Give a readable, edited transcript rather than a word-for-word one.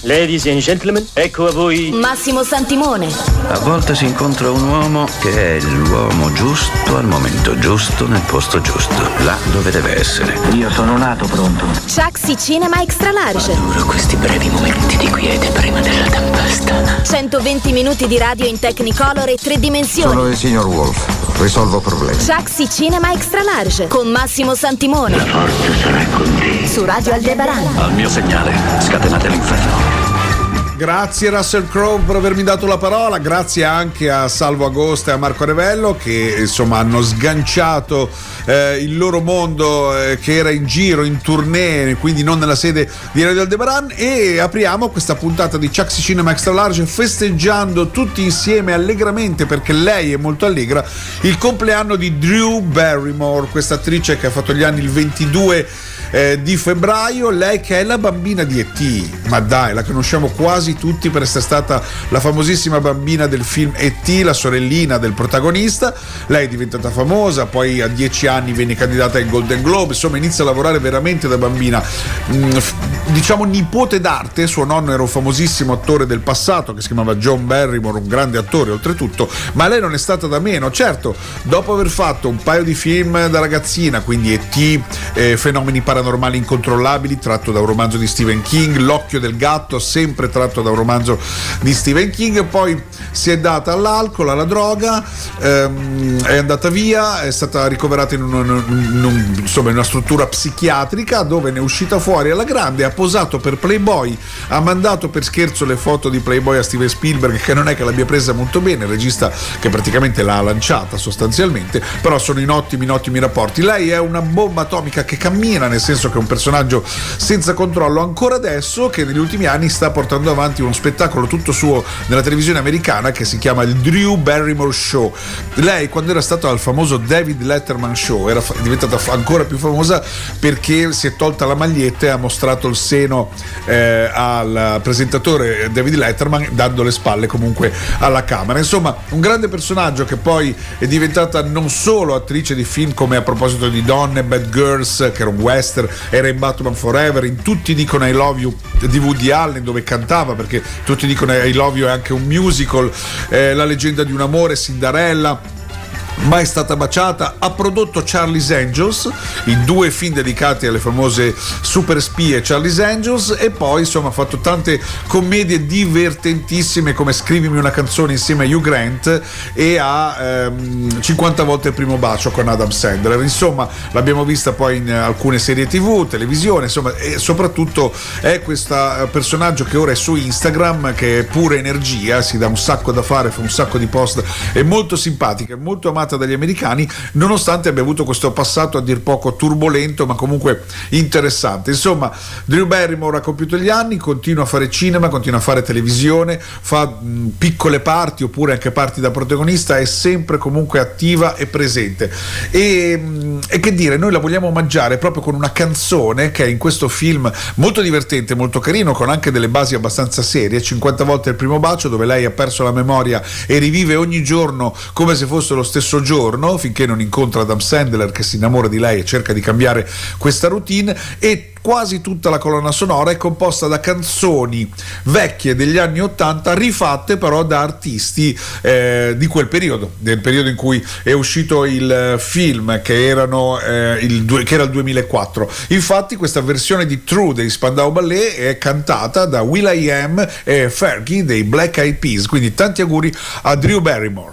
Ladies and gentlemen, ecco a voi Massimo Santimone. A volte si incontra un uomo che è l'uomo giusto al momento giusto nel posto giusto, là dove deve essere. Io sono nato pronto. Chuck's Cinema Extra Large. Adoro questi brevi momenti di quiete prima della tempesta. 120 minuti di radio in Technicolor e 3 dimensioni. Sono il signor Wolf, risolvo problemi. Chuck's Cinema Extra Large con Massimo Santimone. La forza sarà con te. Su Radio Aldebaran. Al mio segnale, scatenate l'inferno. Grazie Russell Crowe per avermi dato la parola, grazie anche a Salvo Agosta e a Marco Revello che insomma hanno sganciato il loro mondo che era in giro, in tournée, quindi non nella sede di Radio Aldebaran, e apriamo questa puntata di Chuck's Cinema Extra Large festeggiando tutti insieme allegramente, perché lei è molto allegra, il compleanno di Drew Barrymore, questa attrice che ha fatto gli anni il 22 di febbraio, lei che è la bambina di E.T., ma dai, la conosciamo quasi tutti per essere stata la famosissima bambina del film E.T., la sorellina del protagonista. Lei è diventata famosa, poi a 10 anni venne candidata ai Golden Globe, insomma inizia a lavorare veramente da bambina, diciamo nipote d'arte. Suo nonno era un famosissimo attore del passato che si chiamava John Barrymore, un grande attore oltretutto, ma lei non è stata da meno. Certo, dopo aver fatto un paio di film da ragazzina, quindi E.T., Fenomeni paranormali incontrollabili, tratto da un romanzo di Stephen King, L'occhio del gatto, sempre tratto da un romanzo di Stephen King, poi si è data all'alcol, alla droga, è andata via, è stata ricoverata in una struttura psichiatrica, dove ne è uscita fuori alla grande, ha posato per Playboy, ha mandato per scherzo le foto di Playboy a Steven Spielberg, che non è che l'abbia presa molto bene, il regista che praticamente l'ha lanciata sostanzialmente, però sono in ottimi rapporti. Lei è una bomba atomica che cammina, nel senso che è un personaggio senza controllo ancora adesso, che negli ultimi anni sta portando avanti uno spettacolo tutto suo nella televisione americana che si chiama il Drew Barrymore Show. Lei, quando era stata al famoso David Letterman Show, era diventata ancora più famosa perché si è tolta la maglietta e ha mostrato il seno al presentatore David Letterman, dando le spalle comunque alla camera. Insomma, un grande personaggio che poi è diventata non solo attrice di film come A proposito di donne, Bad Girls, che era un western, era in Batman Forever, in Tutti dicono I Love You di Woody Allen, dove cantava, perché Tutti dicono I Love You è anche un musical, La leggenda di un amore, Cinderella, Mai stata baciata. Ha prodotto Charlie's Angels, i 2 film dedicati alle famose super spie Charlie's Angels, e poi insomma ha fatto tante commedie divertentissime come Scrivimi una canzone insieme a Hugh Grant e a 50 volte il primo bacio con Adam Sandler. Insomma, l'abbiamo vista poi in alcune serie TV, televisione, insomma, e soprattutto è questo personaggio che ora è su Instagram, che è pura energia, si dà un sacco da fare, fa un sacco di post, è molto simpatica, è molto amata dagli americani, nonostante abbia avuto questo passato a dir poco turbolento, ma comunque interessante. Insomma, Drew Barrymore ha compiuto gli anni, continua a fare cinema, continua a fare televisione, fa piccole parti oppure anche parti da protagonista, è sempre comunque attiva e presente, e che dire, noi la vogliamo omaggiare proprio con una canzone che è in questo film molto divertente, molto carino, con anche delle basi abbastanza serie, 50 volte il primo bacio, dove lei ha perso la memoria e rivive ogni giorno come se fosse lo stesso giorno, finché non incontra Adam Sandler che si innamora di lei e cerca di cambiare questa routine. E quasi tutta la colonna sonora è composta da canzoni vecchie degli anni 80, rifatte però da artisti di quel periodo, del periodo in cui è uscito il film, che era il 2004. Infatti questa versione di True dei Spandau Ballet è cantata da will.i.am e Fergie dei Black Eyed Peas, quindi tanti auguri a Drew Barrymore.